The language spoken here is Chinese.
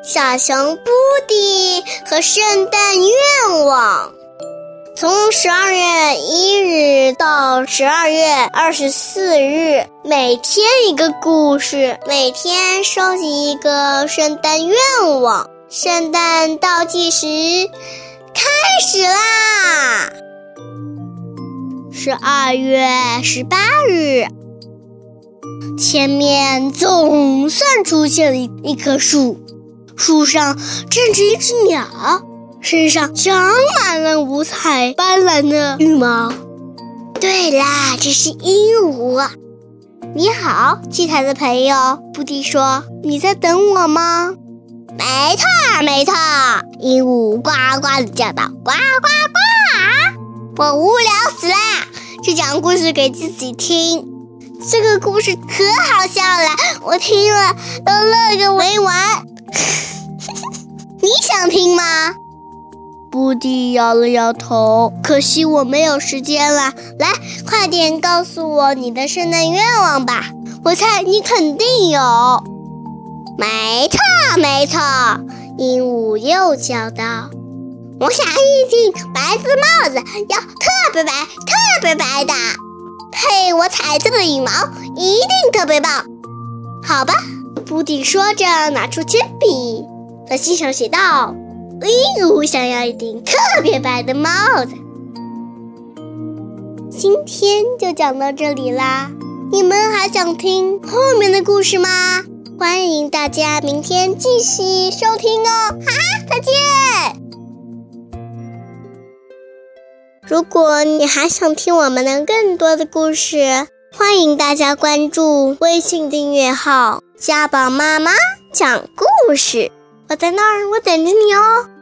小熊布迪和圣诞愿望。从12月1日到12月24日，每天一个故事，每天收集一个圣诞愿望。圣诞倒计时开始啦！12月18日，前面总算出现了一棵树，树上站着一只鸟，身上长满了五彩斑斓的羽毛。对啦，这是鹦鹉。你好，机台的朋友，布迪说，你在等我吗？没错没错，鹦鹉呱呱地叫道，呱呱呱！我无聊死啦，就讲故事给自己听。这个故事可好笑了，我听了都乐个没完。你想听吗？布迪摇了摇头，可惜我没有时间了。来，快点告诉我你的圣诞愿望吧，我猜你肯定有。没错没错，鹦鹉又叫道，我想一顶白色帽子，要特别白特别白的，配我彩色的羽毛，一定特别棒。好吧，布迪说着拿出铅笔，在信上写道，鹦鹉想要一顶特别白的帽子。今天就讲到这里啦，你们还想听后面的故事吗？欢迎大家明天继续收听哦！再见！如果你还想听我们的更多的故事，欢迎大家关注微信订阅号家宝妈妈讲故事，我在那儿，我等着你哦。